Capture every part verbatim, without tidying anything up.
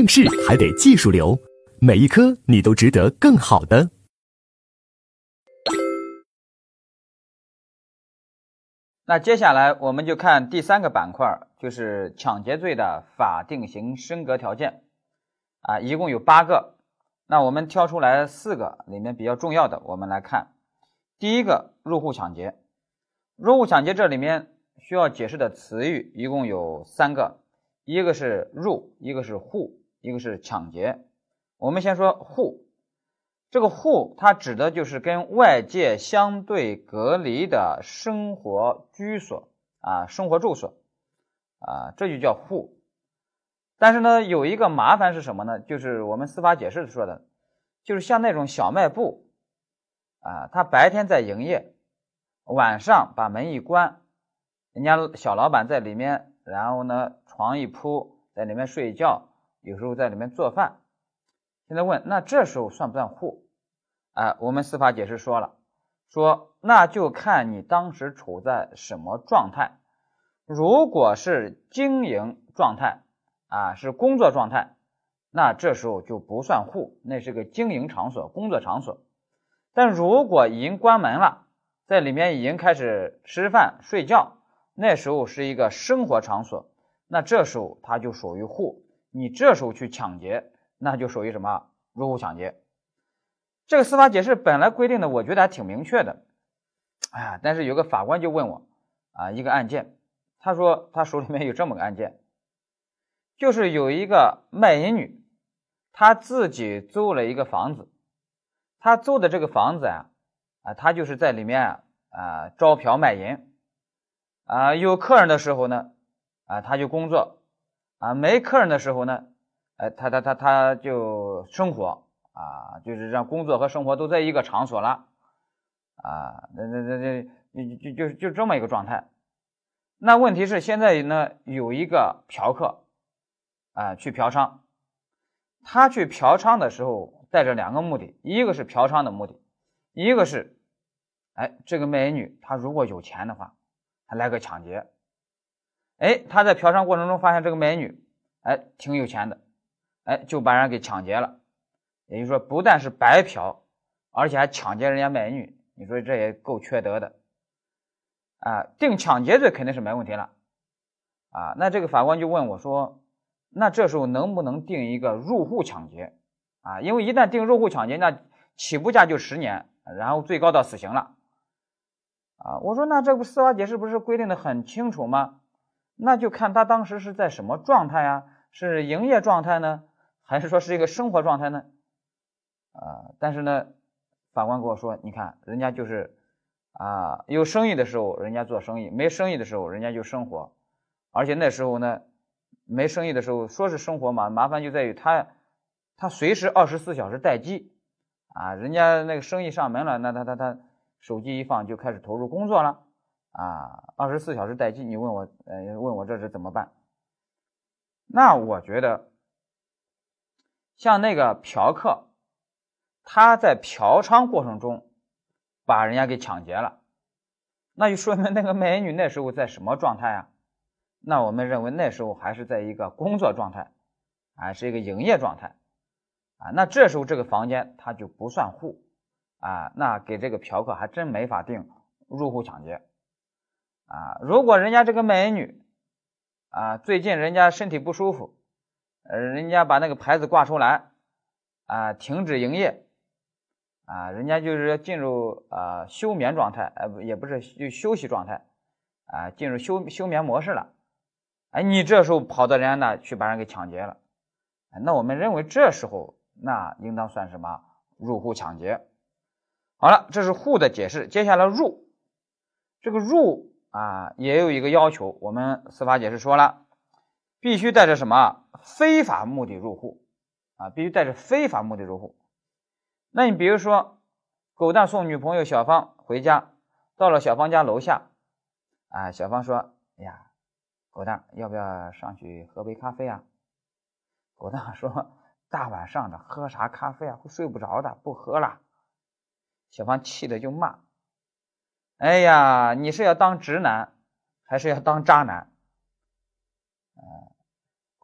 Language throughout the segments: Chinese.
应试还得技术流，每一科你都值得更好的。 那接下来我们就看第三个板块，就是抢劫罪的法定刑升格条件啊，一共有八个。那我们挑出来四个里面比较重要的，我们来看。第一个，入户抢劫。入户抢劫这里面需要解释的词语一共有三个，一个是入，一个是户，一个是抢劫。我们先说户。这个户它指的就是跟外界相对隔离的生活居所啊，生活住所啊，这就叫户。但是呢，有一个麻烦是什么呢？就是我们司法解释说的，就是像那种小卖部啊，他白天在营业，晚上把门一关，人家小老板在里面，然后呢床一铺，在里面睡觉，有时候在里面做饭。现在问，那这时候算不算户？哎，我们司法解释说了，说那就看你当时处在什么状态。如果是经营状态啊，是工作状态，那这时候就不算户，那是个经营场所、工作场所。但如果已经关门了，在里面已经开始吃饭睡觉，那时候是一个生活场所，那这时候它就属于户。你这时候去抢劫，那就属于什么？入户抢劫。这个司法解释本来规定的我觉得还挺明确的，哎呀，但是有个法官就问我啊，一个案件，他说他手里面有这么个案件，就是有一个卖淫女，她自己租了一个房子，她租的这个房子啊，啊，她就是在里面啊招嫖卖淫啊，有客人的时候呢，啊，她就工作啊，没客人的时候呢，哎，她她她她就生活。啊，就是让工作和生活都在一个场所了，啊，那那那那就就就这么一个状态。那问题是现在呢，有一个嫖客啊去嫖娼，他去嫖娼的时候带着两个目的，一个是嫖娼的目的，一个是，哎，这个卖淫女她如果有钱的话，她来个抢劫。哎，他在嫖娼过程中发现这个卖淫女，哎，挺有钱的，哎，就把人给抢劫了。也就是说，不但是白嫖，而且还抢劫人家卖淫女，你说这也够缺德的啊！定抢劫罪肯定是没问题了啊。那这个法官就问我说，那这时候能不能定一个入户抢劫啊？因为一旦定入户抢劫，那起步价就十年，然后最高到死刑了啊。我说那这个司法解释不是规定的很清楚吗？那就看他当时是在什么状态啊？是营业状态呢，还是说是一个生活状态呢？啊，但是呢，法官跟我说，你看人家就是啊，有生意的时候人家做生意，没生意的时候人家就生活，而且那时候呢，没生意的时候说是生活嘛，麻烦就在于他他随时二十四小时待机啊，人家那个生意上门了，那他他他手机一放就开始投入工作了啊，二十四小时待机，你问我呃问我这是怎么办？那我觉得像那个嫖客。他在嫖娼过程中把人家给抢劫了，那就说明那个卖淫女那时候在什么状态啊？那我们认为那时候还是在一个工作状态，还是一个营业状态啊。那这时候这个房间它就不算户啊，那给这个嫖客还真没法定入户抢劫啊。如果人家这个卖淫女啊，最近人家身体不舒服，呃，人家把那个牌子挂出来啊，停止营业。啊，人家就是进入啊休眠状态，呃，也不是就休息状态，啊，进入休休眠模式了。哎，你这时候跑到人家那去把人给抢劫了，那我们认为这时候那应当算什么？入户抢劫。好了，这是户的解释，接下来入，这个入啊也有一个要求，我们司法解释说了，必须带着什么非法目的入户啊，必须带着非法目的入户。那你比如说，狗蛋送女朋友小芳回家，到了小芳家楼下，啊，小芳说：“哎呀，狗蛋，要不要上去喝杯咖啡啊？”狗蛋说：“大晚上的喝啥咖啡啊？会睡不着的，不喝了。”小芳气的就骂：“哎呀，你是要当直男，还是要当渣男？”呃，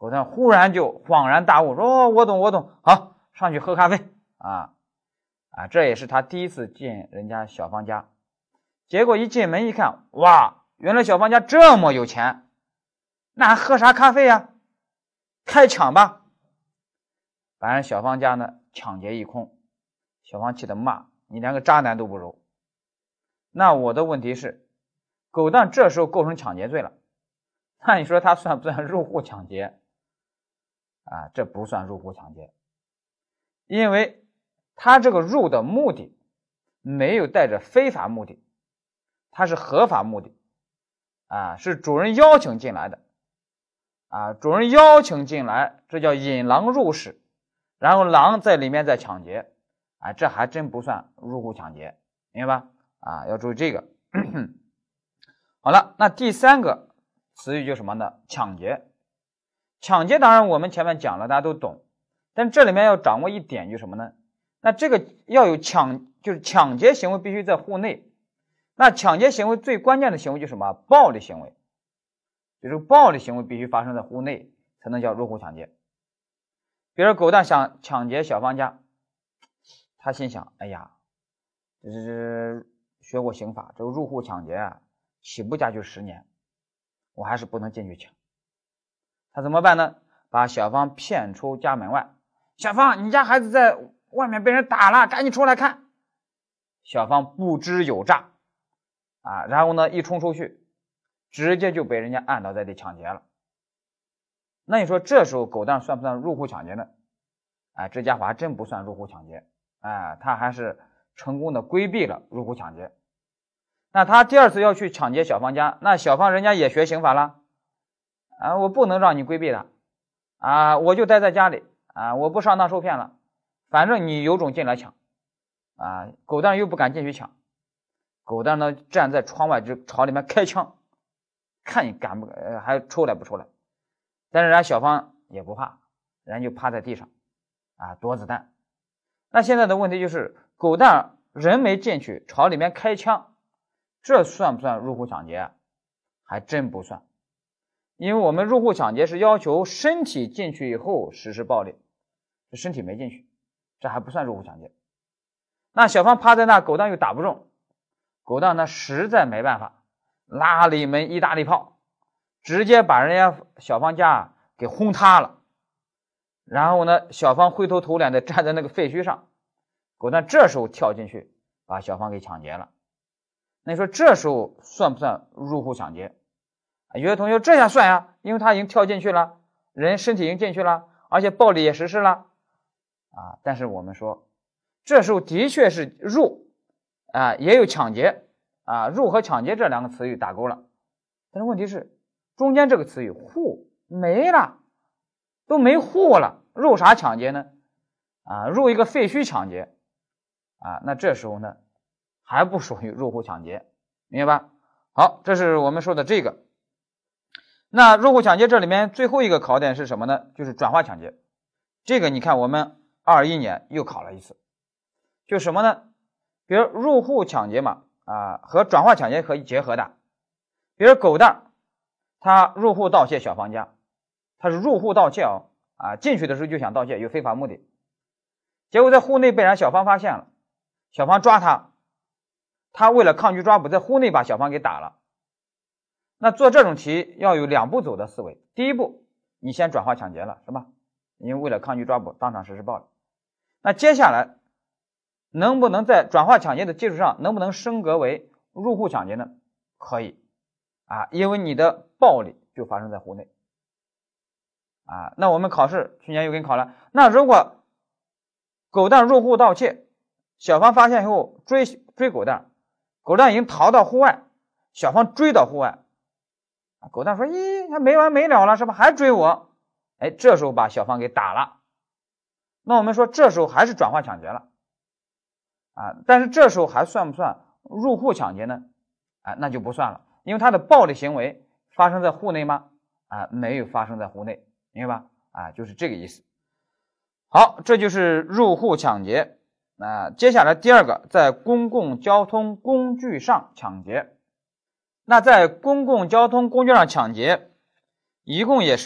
狗蛋忽然就恍然大悟，说：“哦，我懂，我懂，好，上去喝咖啡啊啊！”这也是他第一次进人家小芳家，结果一进门一看，哇，原来小芳家这么有钱，那还喝啥咖啡呀？开抢吧！反正小芳家呢抢劫一空，小芳气得骂：“你连个渣男都不如！”那我的问题是，狗蛋这时候构成抢劫罪了，那你说他算不算入户抢劫？啊，这不算入户抢劫，因为他这个入的目的没有带着非法目的，他是合法目的，啊，是主人邀请进来的，啊，主人邀请进来，这叫引狼入室，然后狼在里面再抢劫，啊，这还真不算入户抢劫，明白吧？啊，要注意这个。好了，那第三个词语就是什么呢？抢劫。抢劫当然我们前面讲了，大家都懂，但这里面要掌握一点就是什么呢？那这个要有抢，就是抢劫行为必须在户内。那抢劫行为最关键的行为就是什么？暴力行为，就是暴力行为必须发生在户内才能叫入户抢劫。比如狗蛋想抢劫小芳家，他心想：哎呀，这是学过刑法，这个入户抢劫啊，起步价就十年，我还是不能进去抢。他怎么办呢？把小芳骗出家门外，小芳，你家孩子在外面被人打了，赶紧出来看。小芳不知有诈啊，然后呢一冲出去，直接就被人家按倒在地抢劫了。那你说这时候狗蛋算不算入户抢劫呢？哎，这家伙还真不算入户抢劫，哎，他还是成功的规避了入户抢劫。那他第二次要去抢劫小芳家，那小芳人家也学刑法了啊，我不能让你规避的啊，我就待在家里啊，我不上当受骗了，反正你有种进来抢啊，狗蛋又不敢进去抢，狗蛋呢站在窗外就朝里面开枪，看你敢不敢、呃、还出来不出来。但是人家小芳也不怕，人家就趴在地上啊躲子弹。那现在的问题就是狗蛋人没进去朝里面开枪，这算不算入户抢劫啊？还真不算，因为我们入户抢劫是要求身体进去以后实施暴力，这身体没进去，这还不算入户抢劫。那小芳趴在那，狗蛋又打不中，狗蛋呢实在没办法，拉了一门意大利炮，直接把人家小芳家给轰塌了。然后呢，小芳灰头土脸的站在那个废墟上，狗蛋这时候跳进去把小芳给抢劫了。那你说这时候算不算入户抢劫？有些同学这下算呀，因为他已经跳进去了，人身体已经进去了，而且暴力也实施了啊。但是我们说这时候的确是入啊，也有抢劫啊，入和抢劫这两个词语打勾了。但是问题是中间这个词语户没了，都没户了，入啥抢劫呢？啊，入一个废墟抢劫啊，那这时候呢还不属于入户抢劫，明白吧？好，这是我们说的这个。那入户抢劫这里面最后一个考点是什么呢？就是转化抢劫。这个你看我们二一年又考了一次，就什么呢？比如入户抢劫嘛，啊，和转化抢劫可以结合的。比如狗蛋他入户盗窃小芳家，他是入户盗窃哦，啊，进去的时候就想盗窃，有非法目的，结果在户内被人小芳发现了，小芳抓他，他为了抗拒抓捕，在户内把小芳给打了。那做这种题要有两步走的思维，第一步你先转化抢劫了是吧？因为为了抗拒抓捕当场实施暴力。那接下来能不能在转化抢劫的基础上能不能升格为入户抢劫呢？可以啊，因为你的暴力就发生在户内啊。那我们考试去年又给你考了，那如果狗蛋入户盗窃，小芳发现以后追追狗蛋，狗蛋已经逃到户外，小芳追到户外，狗蛋说咦，还没完没了了是吧？还追我，哎，这时候把小芳给打了。那我们说这时候还是转化抢劫了啊，但是这时候还算不算入户抢劫呢？啊，那就不算了，因为他的暴力行为发生在户内吗？啊，没有发生在户内，明白吧？啊，就是这个意思。好，这就是入户抢劫。那接下来第二个，在公共交通工具上抢劫。那在公共交通工具上抢劫，一共也是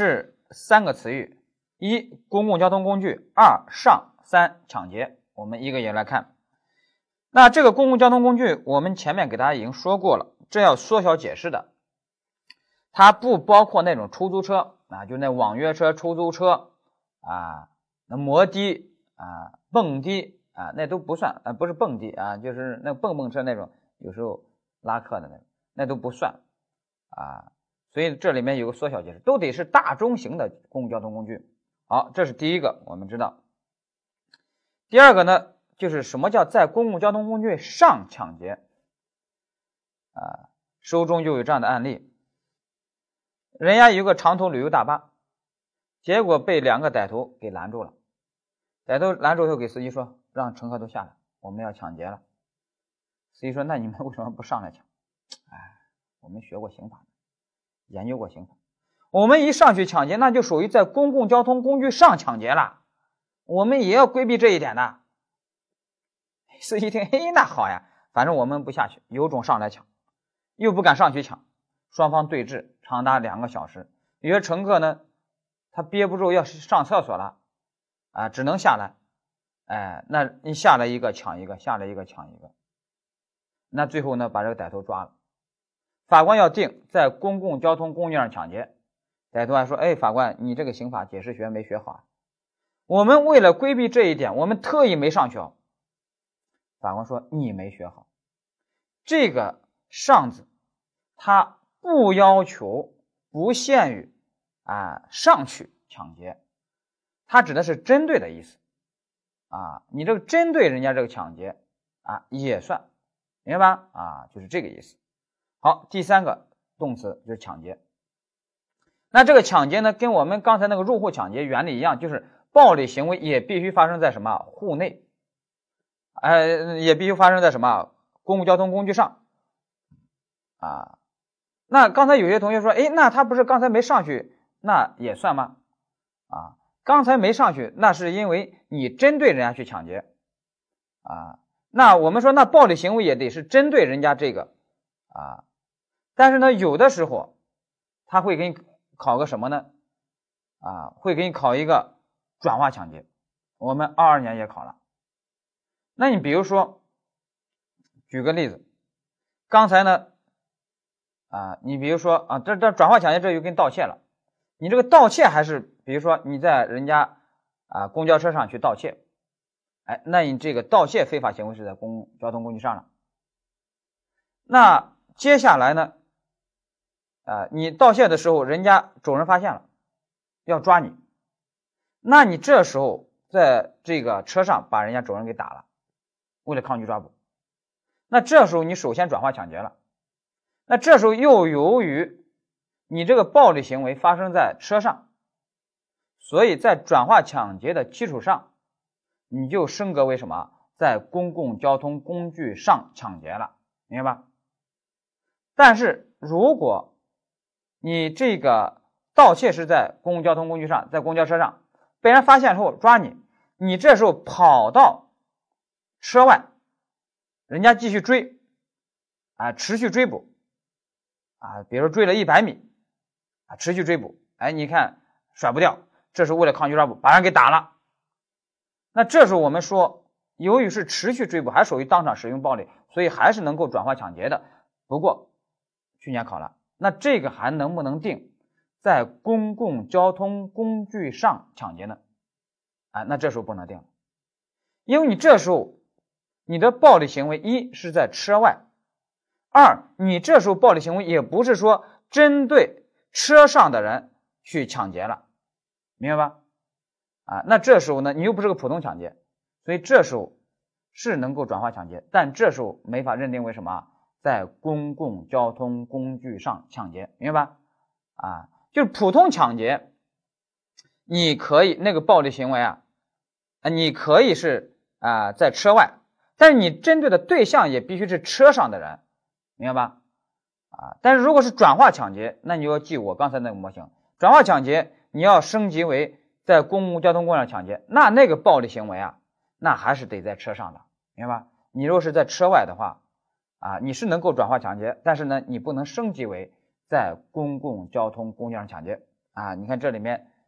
三个词语：一、公共交通工具；二、上；三、抢劫。我们一个一个来看。那这个公共交通工具，我们前面给大家已经说过了，这要缩小解释的。它不包括那种出租车啊，就那网约车、出租车啊，那摩的啊、蹦迪啊，那都不算啊，不是蹦迪啊，就是那蹦蹦车那种，有时候拉客的那种，那都不算啊。所以这里面有个缩小解释，都得是大中型的公共交通工具。好，这是第一个，我们知道。第二个呢，就是什么叫在公共交通工具上抢劫啊？书中就有这样的案例。人家有个长途旅游大巴，结果被两个歹徒给拦住了。歹徒拦住后给司机说，让乘客都下来，我们要抢劫了。司机说，那你们为什么不上来抢？哎，我们学过刑法，研究过刑法，我们一上去抢劫，那就属于在公共交通工具上抢劫了，我们也要规避这一点的。司机一听，嘿，那好呀，反正我们不下去，有种上来抢，又不敢上去抢，双方对峙长达两个小时。有些乘客呢，他憋不住要上厕所了啊，只能下来。哎，那你下来一个抢一个，下来一个抢一个，那最后呢，把这个歹徒抓了。法官要定在公共交通工具上抢劫，歹徒还说，哎，法官，你这个刑法解释学没学好啊，我们为了规避这一点，我们特意没上去。法官说，你没学好，这个上字它不要求不限于啊上去抢劫，它指的是针对的意思啊，你这个针对人家这个抢劫啊也算，明白吧？啊，就是这个意思。好，第三个动词就是抢劫。那这个抢劫呢，跟我们刚才那个入户抢劫原理一样，就是暴力行为也必须发生在什么户内，呃，也必须发生在什么公共交通工具上啊。那刚才有些同学说，哎，那他不是刚才没上去，那也算吗？啊，刚才没上去，那是因为你针对人家去抢劫啊。那我们说，那暴力行为也得是针对人家这个啊。但是呢，有的时候他会给你考个什么呢？啊，会给你考一个转化抢劫，我们二二年也考了。那你比如说，举个例子，刚才呢，啊，你比如说啊，这这转化抢劫这就跟盗窃了，你这个盗窃还是比如说你在人家啊公交车上去盗窃，哎，那你这个盗窃非法行为是在公共交通工具上了。那接下来呢？啊，你盗窃的时候，人家主人发现了，要抓你，那你这时候在这个车上把人家主人给打了，为了抗拒抓捕，那这时候你首先转化抢劫了，那这时候又由于你这个暴力行为发生在车上，所以在转化抢劫的基础上，你就升格为什么？在公共交通工具上抢劫了，明白吧？但是如果你这个盗窃是在公共交通工具上，在公交车上被人发现之后抓你，你这时候跑到车外，人家继续追啊，持续追捕啊，比如说追了一百米啊，持续追捕，哎，你看甩不掉，这是为了抗拒抓捕，把人给打了。那这时候我们说，由于是持续追捕，还属于当场使用暴力，所以还是能够转化抢劫的。不过去年考了，那这个还能不能定在公共交通工具上抢劫呢？啊，那这时候不能定，因为你这时候你的暴力行为一是在车外，二你这时候暴力行为也不是说针对车上的人去抢劫了，明白吧？啊，那这时候呢，你又不是个普通抢劫，所以这时候是能够转化抢劫，但这时候没法认定为什么在公共交通工具上抢劫，明白吧？啊，就是普通抢劫，你可以那个暴力行为啊，啊，你可以是啊在车外，但是你针对的对象也必须是车上的人，明白吧？啊，但是如果是转化抢劫，那你要记我刚才那个模型，转化抢劫你要升级为在公共交通工具上抢劫，那那个暴力行为啊，那还是得在车上的，明白吧？你如果是在车外的话，啊，你是能够转化抢劫，但是呢，你不能升级为在公共交通工具上抢劫啊。你看这里面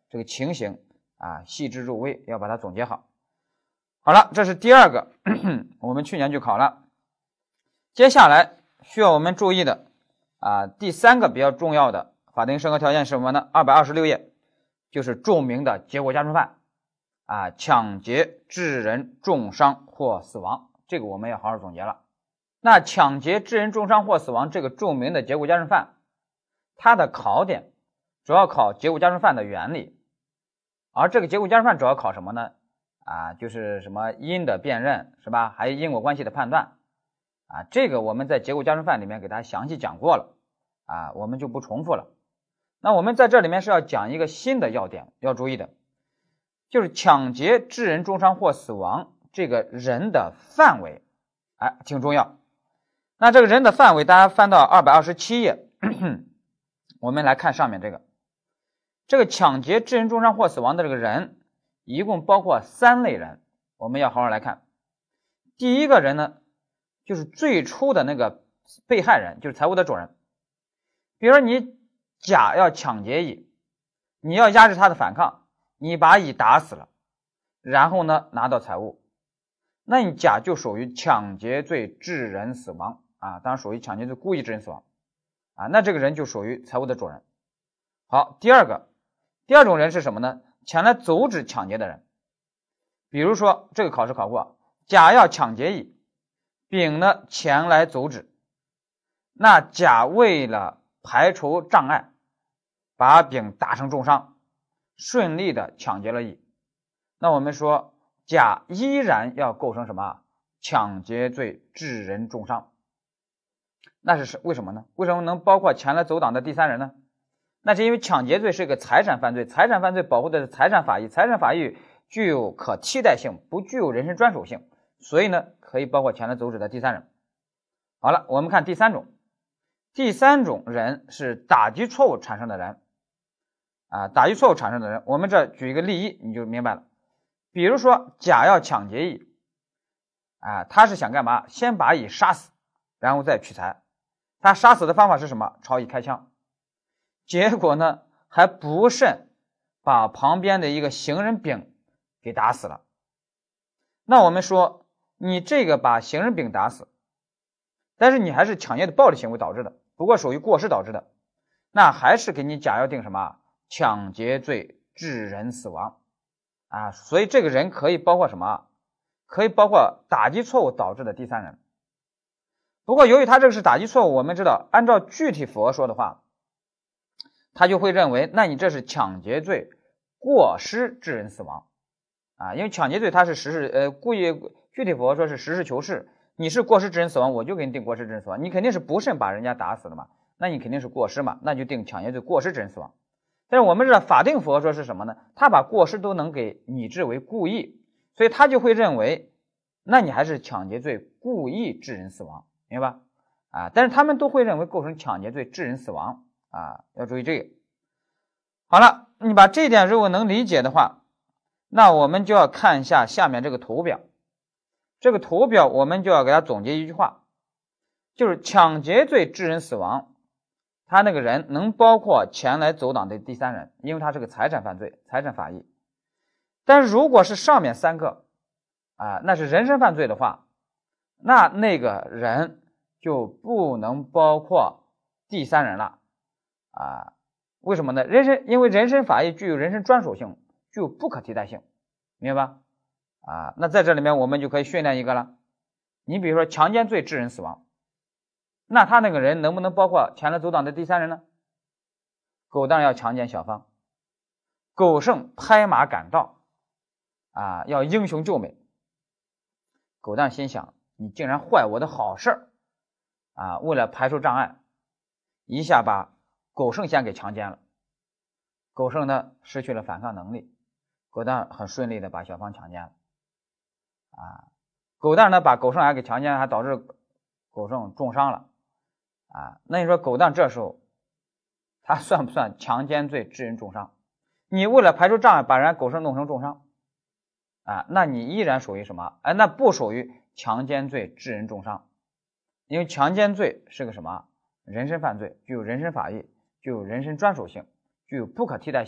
这个情形啊，细致入微，要把它总结好。好了，这是第二个，我们去年就考了。接下来需要我们注意的啊，第三个比较重要的法定审核条件是什么呢？二百二十六页，就是著名的结果加重犯啊，抢劫致人重伤或死亡，这个我们要好好总结了。那抢劫致人重伤或死亡这个著名的结果加重犯，它的考点主要考结果加重犯的原理，而这个结果加重犯主要考什么呢？啊，就是什么因的辨认，是吧？还有因果关系的判断啊，这个我们在结果加重犯里面给大家详细讲过了啊，我们就不重复了。那我们在这里面是要讲一个新的要点，要注意的，就是抢劫致人重伤或死亡这个人的范围，哎，挺重要。那这个人的范围，大家翻到二百二十七页，我们来看上面这个，这个抢劫致人重伤或死亡的这个人，一共包括三类人，我们要好好来看。第一个人呢，就是最初的那个被害人，就是财物的主人。比如说你甲要抢劫乙，你要压制他的反抗，你把乙打死了，然后呢拿到财物，那你甲就属于抢劫罪致人死亡啊，当然属于抢劫罪故意致人死亡啊，那这个人就属于财物的主人。好，第二个，第二种人是什么呢？前来阻止抢劫的人。比如说这个考试考过，甲要抢劫乙，丙呢前来阻止，那甲为了排除障碍，把丙打成重伤，顺利的抢劫了乙，那我们说甲依然要构成什么？抢劫罪致人重伤。那是为什么呢？为什么能包括前来走挡的第三人呢？那是因为抢劫罪是一个财产犯罪，财产犯罪保护的是财产法益，财产法益具有可替代性，不具有人身专属性，所以呢可以包括前来阻止的第三人。好了，我们看第三种，第三种人是打击错误产生的人啊，打击错误产生的人，我们这举一个例一你就明白了。比如说甲要抢劫乙啊，他是想干嘛？先把乙杀死，然后再取财。他杀死的方法是什么？朝乙开枪。结果呢还不慎把旁边的一个行人丙给打死了。那我们说你这个把行人丙打死，但是你还是抢劫的暴力行为导致的，不过属于过失导致的，那还是给你甲要定什么？抢劫罪致人死亡啊，所以这个人可以包括什么？可以包括打击错误导致的第三人。不过由于他这个是打击错误，我们知道按照具体符合说的话，他就会认为那你这是抢劫罪过失致人死亡啊，因为抢劫罪它是实事呃故意，具体符合说是实事求是，你是过失致人死亡，我就给你定过失致人死亡，你肯定是不慎把人家打死了嘛，那你肯定是过失嘛，那就定抢劫罪过失致人死亡。但是我们知道法定符合说是什么呢？他把过失都能给拟制为故意，所以他就会认为那你还是抢劫罪故意致人死亡，明白吧？啊，但是他们都会认为构成抢劫罪致人死亡啊，要注意这个。好了，你把这一点如果能理解的话，那我们就要看一下下面这个图表。这个图表我们就要给它总结一句话，就是抢劫罪致人死亡，他那个人能包括前来走挡的第三人，因为他是个财产犯罪，财产法益。但是如果是上面三个啊，那是人身犯罪的话，那那个人就不能包括第三人了啊。为什么呢？人身，因为人身法益具有人身专属性，具有不可替代性，明白吧？啊，那在这里面我们就可以训练一个了。你比如说强奸罪致人死亡，那他那个人能不能包括前来走挡的第三人呢？狗蛋要强奸小芳，狗剩拍马赶到啊，要英雄救美。狗蛋心想，你竟然坏我的好事啊！为了排除障碍，一下把狗剩先给强奸了。狗剩呢失去了反抗能力，狗蛋很顺利的把小芳强奸了啊。狗蛋呢把狗剩还给强奸了，还导致狗剩重伤了啊。那你说狗蛋这时候他算不算强奸罪致人重伤？你为了排除障碍把人家狗剩弄成重伤啊，那你依然属于什么？哎，那不属于强奸罪致人重伤，因为强奸罪是个什么？人身犯罪，具有人身法益，具有人身专属性，具有不可替代性，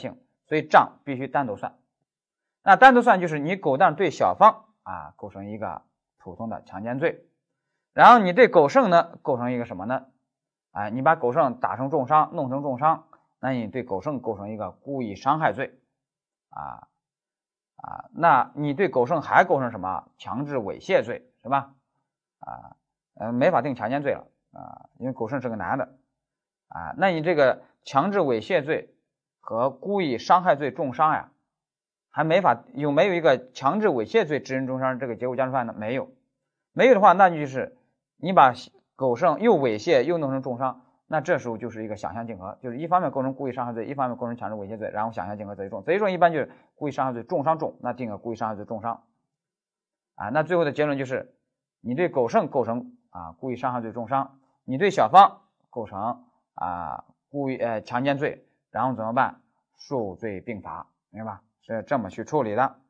所以账必须单独算。那单独算就是你狗蛋对小芳啊构成一个普通的强奸罪，然后你对狗剩呢构成一个什么呢？哎，你把狗剩打成重伤，弄成重伤，那你对狗剩构成一个故意伤害罪啊啊，那你对狗剩还构成什么？强制猥亵罪，是吧？啊，呃，没法定强奸罪了啊，因为狗剩是个男的啊，那你这个强制猥亵罪和故意伤害罪重伤呀，还没法有没有一个强制猥亵罪致人重伤这个结果加重犯呢？没有，没有的话，那就是你把狗剩又猥亵又弄成重伤，那这时候就是一个想象竞合，就是一方面构成故意伤害罪，一方面构成强制猥亵罪，然后想象竞合贼重，贼重一般就是故意伤害罪重伤重，那定个故意伤害罪重伤啊，那最后的结论就是你对狗剩构成啊故意伤害罪重伤，你对小芳构成啊故意呃强奸罪，然后怎么办？数罪并罚，明白吧？是这么去处理的。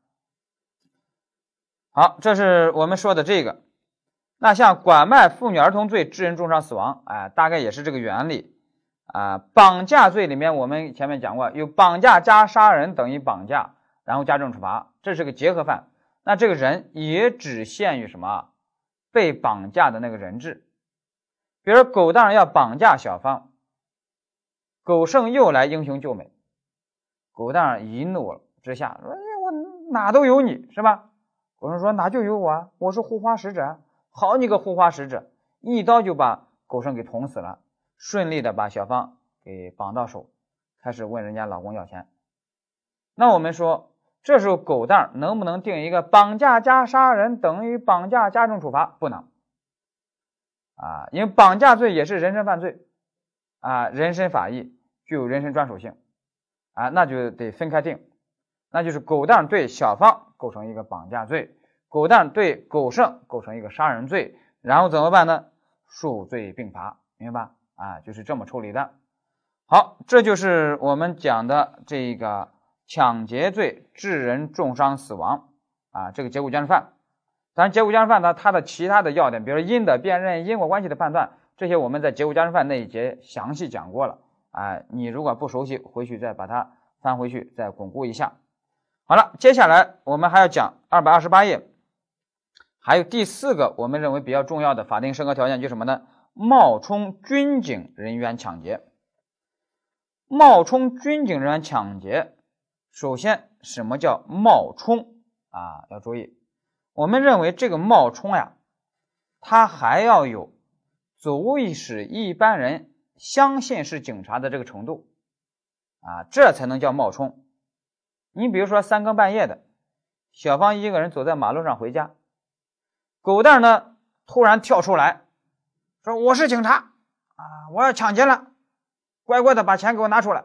好，这是我们说的这个。那像拐卖妇女儿童罪致人重伤死亡，哎，大概也是这个原理啊。绑架罪里面我们前面讲过，有绑架加杀人等于绑架，然后加重处罚，这是个结合犯。那这个人也只限于什么？被绑架的那个人质。比如狗蛋要绑架小芳，狗剩又来英雄救美，狗蛋一怒之下说：“我哪都有你，是吧？”狗剩说：“哪就有我啊？我是护花使者。”好你个护花使者，一刀就把狗剩给捅死了，顺利的把小芳给绑到手，开始问人家老公要钱。那我们说这时候狗蛋能不能定一个绑架加杀人等于绑架加重处罚？不能啊，因为绑架罪也是人身犯罪啊，人身法益具有人身专属性啊，那就得分开定。那就是狗蛋对小芳构成一个绑架罪，狗蛋对狗剩构成一个杀人罪，然后怎么办呢？数罪并罚，明白吧？啊，就是这么处理的。好，这就是我们讲的这个抢劫罪致人重伤死亡啊，这个结果加重犯。当然，结果加重犯呢，它的其他的要点，比如因的辨认、因果关系的判断，这些我们在结果加重犯那一节详细讲过了啊。你如果不熟悉，回去再把它翻回去，再巩固一下。好了，接下来我们还要讲二百二十八页。还有第四个我们认为比较重要的法定审核条件就是什么呢？冒充军警人员抢劫。冒充军警人员抢劫，首先什么叫冒充啊？要注意，我们认为这个冒充呀，它还要有足以使一般人相信是警察的这个程度啊，这才能叫冒充。你比如说三更半夜的，小芳一个人走在马路上回家，狗蛋呢突然跳出来说：“我是警察啊，我要抢劫了，乖乖的把钱给我拿出来。”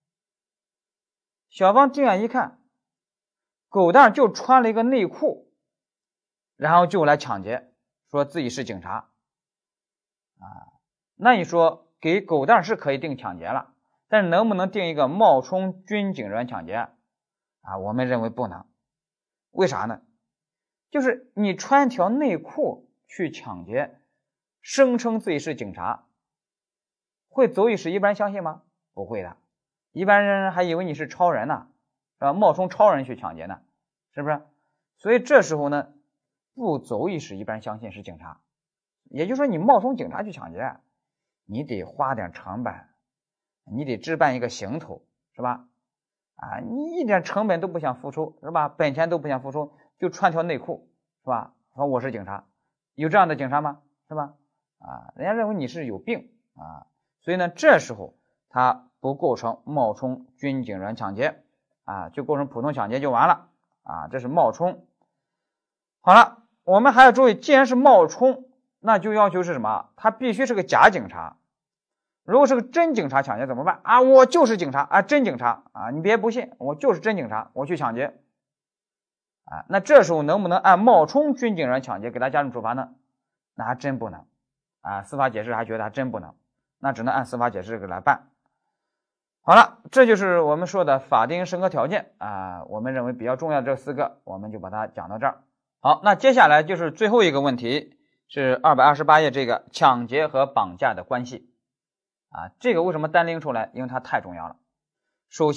小芳定眼一看，狗蛋就穿了一个内裤，然后就来抢劫，说自己是警察啊。那你说给狗蛋是可以定抢劫了，但是能不能定一个冒充军警人员抢劫啊？我们认为不能。为啥呢？就是你穿条内裤去抢劫，声称自己是警察，会足以使一般人相信吗？不会的，一般人还以为你是超人呢，是吧？冒充超人去抢劫呢，是不是？所以这时候呢，不足以使一般人相信是警察。也就是说，你冒充警察去抢劫，你得花点成本，你得置办一个行头，是吧？啊，你一点成本都不想付出，是吧？本钱都不想付出，就穿条内裤，是吧？说我是警察，有这样的警察吗？是吧？啊，人家认为你是有病啊，所以呢，这时候他不构成冒充军警人员抢劫啊，就构成普通抢劫就完了啊，这是冒充。好了，我们还要注意，既然是冒充，那就要求是什么？他必须是个假警察。如果是个真警察抢劫怎么办啊？我就是警察啊，真警察啊，你别不信，我就是真警察，我去抢劫啊。那这时候能不能按冒充军警人员抢劫给他加重处罚呢？那还真不能啊，司法解释还觉得还真不能，那只能按司法解释给来办。好了，这就是我们说的法定审核条件啊，我们认为比较重要的这四个，我们就把它讲到这儿。好，那接下来就是最后一个问题，是二百二十八页这个抢劫和绑架的关系啊，这个为什么单拎出来？因为它太重要了。首先，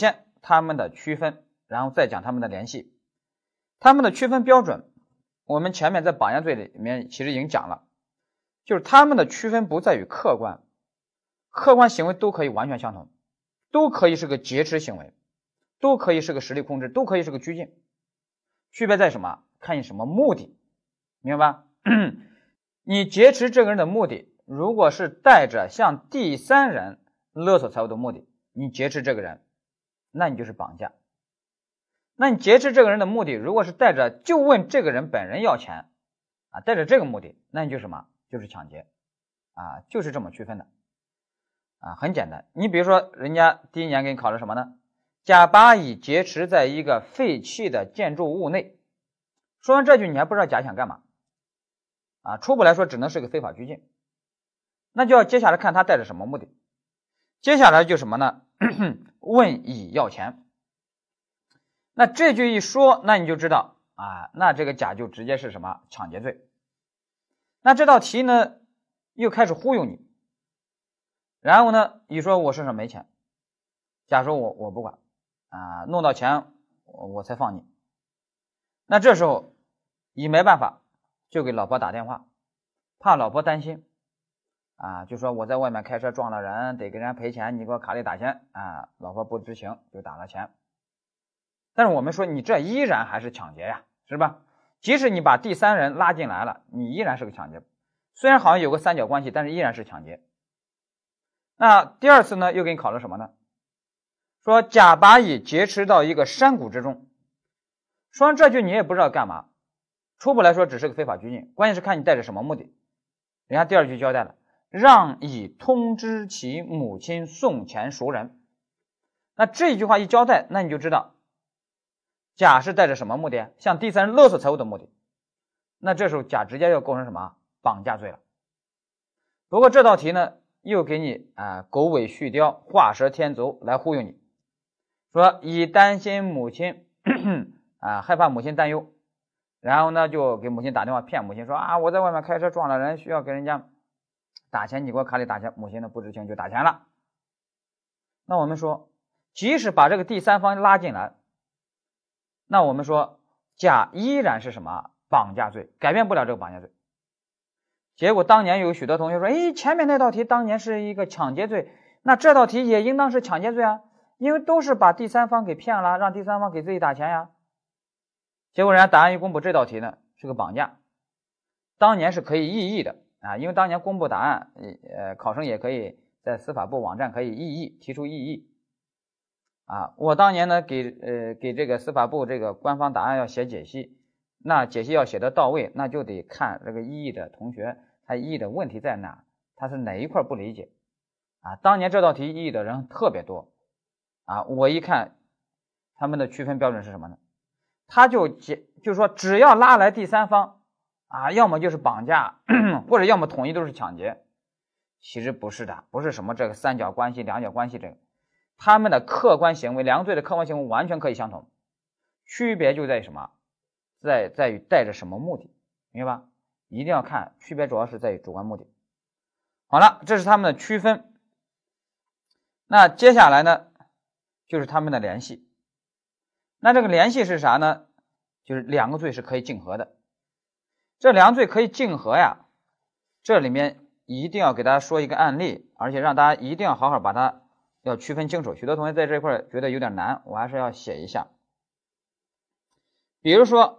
他们的区分，然后再讲他们的联系。他们的区分标准，我们前面在绑架罪里面其实已经讲了，就是他们的区分不在于客观，客观行为都可以完全相同，都可以是个劫持行为，都可以是个实力控制，都可以是个拘禁。区别在什么？看你什么目的，明白吧？你劫持这个人的目的，如果是带着向第三人勒索财物的目的，你劫持这个人，那你就是绑架。那你劫持这个人的目的，如果是带着就问这个人本人要钱啊，带着这个目的，那你就什么？就是抢劫啊，就是这么区分的啊，很简单。你比如说，人家第一年给你考了什么呢？甲把乙劫持在一个废弃的建筑物内。说完这句，你还不知道甲想干嘛啊？初步来说，只能是个非法拘禁。那就要接下来看他带着什么目的。接下来就什么呢？问乙要钱。那这句一说，那你就知道啊，那这个甲就直接是什么？抢劫罪。那这道题呢，又开始忽悠你。然后呢，乙说我身上没钱，甲说我我不管啊，弄到钱我我才放你。那这时候乙没办法，就给老婆打电话，怕老婆担心啊，就说我在外面开车撞了人，得给人家赔钱，你给我卡里打钱啊。老婆不知情，就打了钱。但是我们说你这依然还是抢劫呀，是吧？即使你把第三人拉进来了，你依然是个抢劫。虽然好像有个三角关系，但是依然是抢劫。那第二次呢，又给你考了什么呢？说甲把乙劫持到一个山谷之中。说完这句你也不知道干嘛，初步来说只是个非法拘禁，关键是看你带着什么目的。人家第二句交代了，让乙通知其母亲送钱赎人。那这句话一交代，那你就知道甲是带着什么目的？向第三人勒索财物的目的。那这时候甲直接要构成什么？绑架罪了。不过这道题呢，又给你啊狗尾续貂、画蛇添足来忽悠你，说乙担心母亲啊害怕母亲担忧，然后呢就给母亲打电话骗母亲说啊我在外面开车撞了人，需要给人家打钱，你给我卡里打钱。母亲呢不知情就打钱了。那我们说，即使把这个第三方拉进来，那我们说甲依然是什么？绑架罪，改变不了这个绑架罪。结果当年有许多同学说，诶，前面那道题当年是一个抢劫罪，那这道题也应当是抢劫罪啊，因为都是把第三方给骗了，让第三方给自己打钱呀。结果人家答案一公布，这道题呢是个绑架，当年是可以异议的啊，因为当年公布答案，呃，考生也可以在司法部网站可以异议，提出异议啊。我当年呢给呃给这个司法部这个官方答案要写解析，那解析要写得到位，那就得看这个异议的同学他异议的问题在哪，他是哪一块不理解啊。当年这道题异议的人特别多啊，我一看他们的区分标准是什么呢？他就解就是说只要拉来第三方啊，要么就是绑架或者要么统一都是抢劫。其实不是的，不是什么这个三角关系两角关系，这个他们的客观行为，两个罪的客观行为完全可以相同，区别就在于什么？在在于带着什么目的，明白吧？一定要看区别，主要是在于主观目的。好了，这是他们的区分。那接下来呢就是他们的联系。那这个联系是啥呢？就是两个罪是可以竞合的。这两个罪可以竞合呀，这里面一定要给大家说一个案例，而且让大家一定要好好把它要区分清楚。许多同学在这块觉得有点难，我还是要写一下。比如说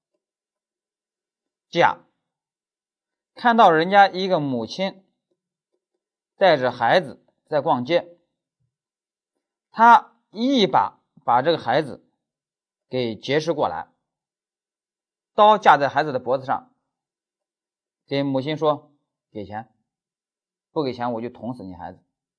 甲看到人家一个母亲带着孩子在逛街，他一把把这个孩子给劫持过来，刀架在孩子的脖子上，给母亲说给钱，不给钱我就捅死你孩子。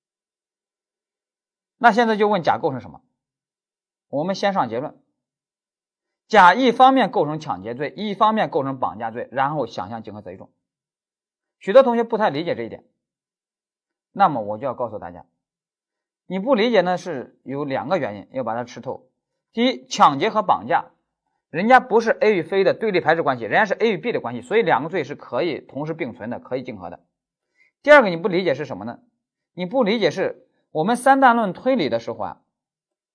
那现在就问甲构成什么？我们先上结论，甲一方面构成抢劫罪，一方面构成绑架罪，然后想象竞合择一重。许多同学不太理解这一点，那么我就要告诉大家，你不理解呢是有两个原因，要把它吃透。第一，抢劫和绑架人家不是 A 与非的对立排斥关系，人家是 A 与 B 的关系，所以两个罪是可以同时并存的，可以竞合的。第二个你不理解是什么呢？你不理解是我们三段论推理的时候啊，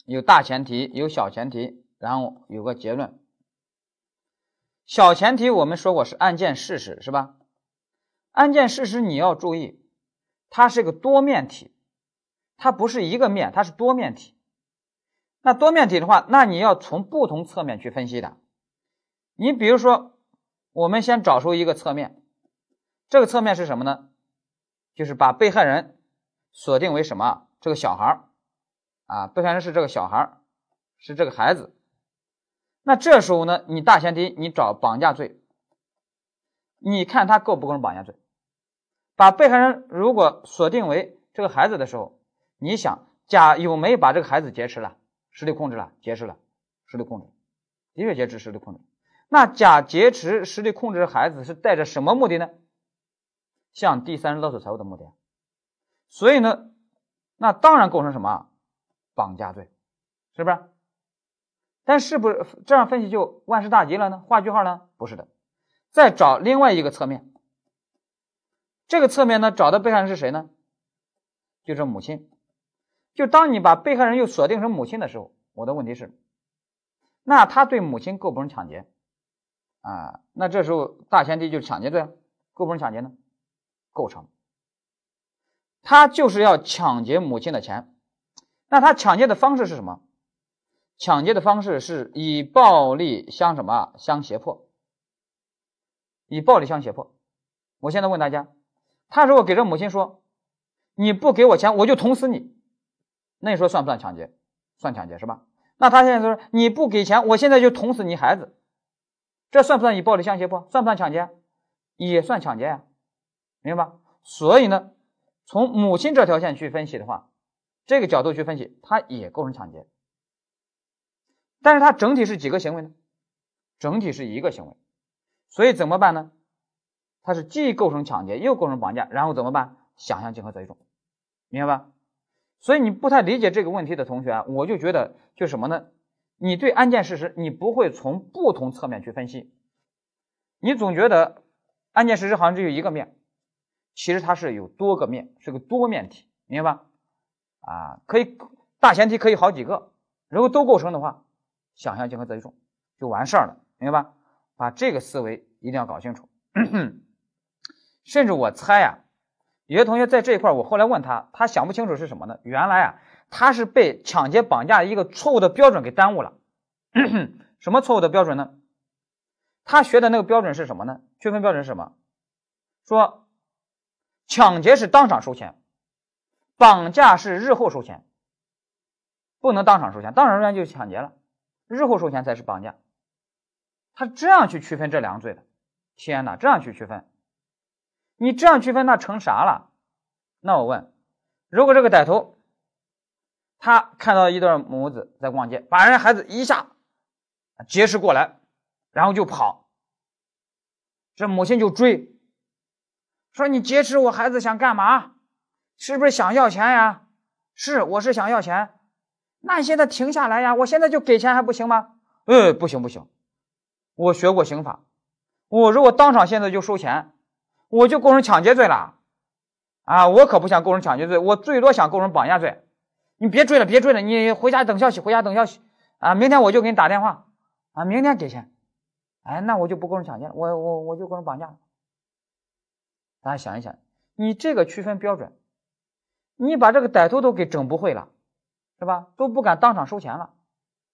有大前提，有小前提，然后有个结论。小前提我们说过是案件事实，是吧？案件事实你要注意，它是个多面体，它不是一个面，它是多面体。那多面体的话，那你要从不同侧面去分析的。你比如说，我们先找出一个侧面，这个侧面是什么呢？就是把被害人锁定为什么？这个小孩啊，被害人是这个小孩，是这个孩子。那这时候呢，你大前提你找绑架罪，你看他构不构成绑架罪？把被害人如果锁定为这个孩子的时候，你想甲有没有把这个孩子劫持了？实力控制了，劫持了，实力控制，的确劫持，实力控制。那甲劫持、实力控制孩子是带着什么目的呢？向第三人勒索财物的目的。所以呢，那当然构成什么？绑架罪，是不是？但是不是这样分析就万事大吉了呢？画句号呢？不是的。再找另外一个侧面，这个侧面呢，找的被害人是谁呢？就是母亲。就当你把被害人又锁定成母亲的时候，我的问题是，那他对母亲构不成抢劫啊？那这时候大前提就是抢劫罪，构不成抢劫呢？构成。他就是要抢劫母亲的钱，那他抢劫的方式是什么？抢劫的方式是以暴力相什么？相胁迫。以暴力相胁迫。我现在问大家，他如果给这母亲说，你不给我钱，我就捅死你，那你说算不算抢劫？算抢劫是吧？那他现在说你不给钱，我现在就捅死你孩子，这算不算以暴力相胁迫？算不算抢劫？也算抢劫呀、啊，明白吧？所以呢，从母亲这条线去分析的话，这个角度去分析，它也构成抢劫。但是它整体是几个行为呢？整体是一个行为，所以怎么办呢？它是既构成抢劫又构成绑架，然后怎么办？想象竞合择一种，明白吧？所以你不太理解这个问题的同学啊，我就觉得就什么呢？你对案件事实你不会从不同侧面去分析，你总觉得案件事实好像只有一个面，其实它是有多个面，是个多面体，明白吧？啊，可以大前提可以好几个，如果都构成的话，想象竞合择一种就完事儿了，明白吧？把这个思维一定要搞清楚。甚至我猜啊，有些同学在这一块，我后来问他，他想不清楚是什么呢？原来啊，他是被抢劫绑架一个错误的标准给耽误了。什么错误的标准呢？他学的那个标准是什么呢？区分标准是什么？说抢劫是当场收钱，绑架是日后收钱，不能当场收钱，当场收钱就是抢劫了，日后收钱才是绑架。他这样去区分这两个罪的，天哪，这样去区分，你这样区分那成啥了？那我问，如果这个歹徒他看到一对母子在逛街，把人孩子一下劫持过来，然后就跑，这母亲就追，说你劫持我孩子想干嘛？是不是想要钱呀？是，我是想要钱。那你现在停下来呀，我现在就给钱还不行吗？呃，不行不行，我学过刑法，我如果当场现在就收钱，我就构成抢劫罪了啊！我可不想构成抢劫罪，我最多想构成绑架罪。你别追了，别追了，你回家等消息，回家等消息啊！明天我就给你打电话啊，明天给钱。哎，那我就不构成抢劫了，我我我就构成绑架了。大家想一想，你这个区分标准，你把这个歹徒都给整不会了，是吧？都不敢当场收钱了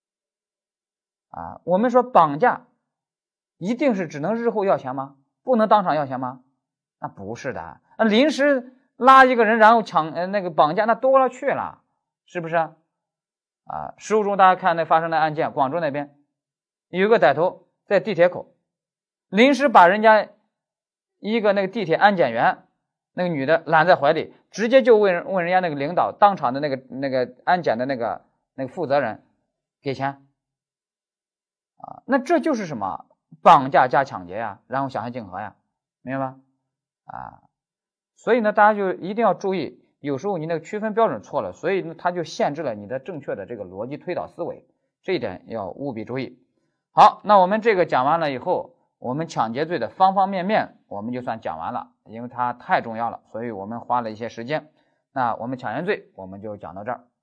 啊！我们说绑架一定是只能日后要钱吗？不能当场要钱吗？那不是的，那临时拉一个人然后抢呃那个绑架，那多了去了，是不是啊？实务中大家看那发生的案件，广州那边有一个歹徒在地铁口临时把人家一个那个地铁安检员那个女的揽在怀里，直接就问问人家那个领导当场的那个那个安检的那个那个负责人给钱啊，那这就是什么绑架加抢劫呀，然后想象竞合呀，明白吧？啊，所以呢，大家就一定要注意，有时候你那个区分标准错了，所以呢，它就限制了你的正确的这个逻辑推导思维，这一点要务必注意。好，那我们这个讲完了以后，我们抢劫罪的方方面面我们就算讲完了，因为它太重要了，所以我们花了一些时间。那我们抢劫罪我们就讲到这儿。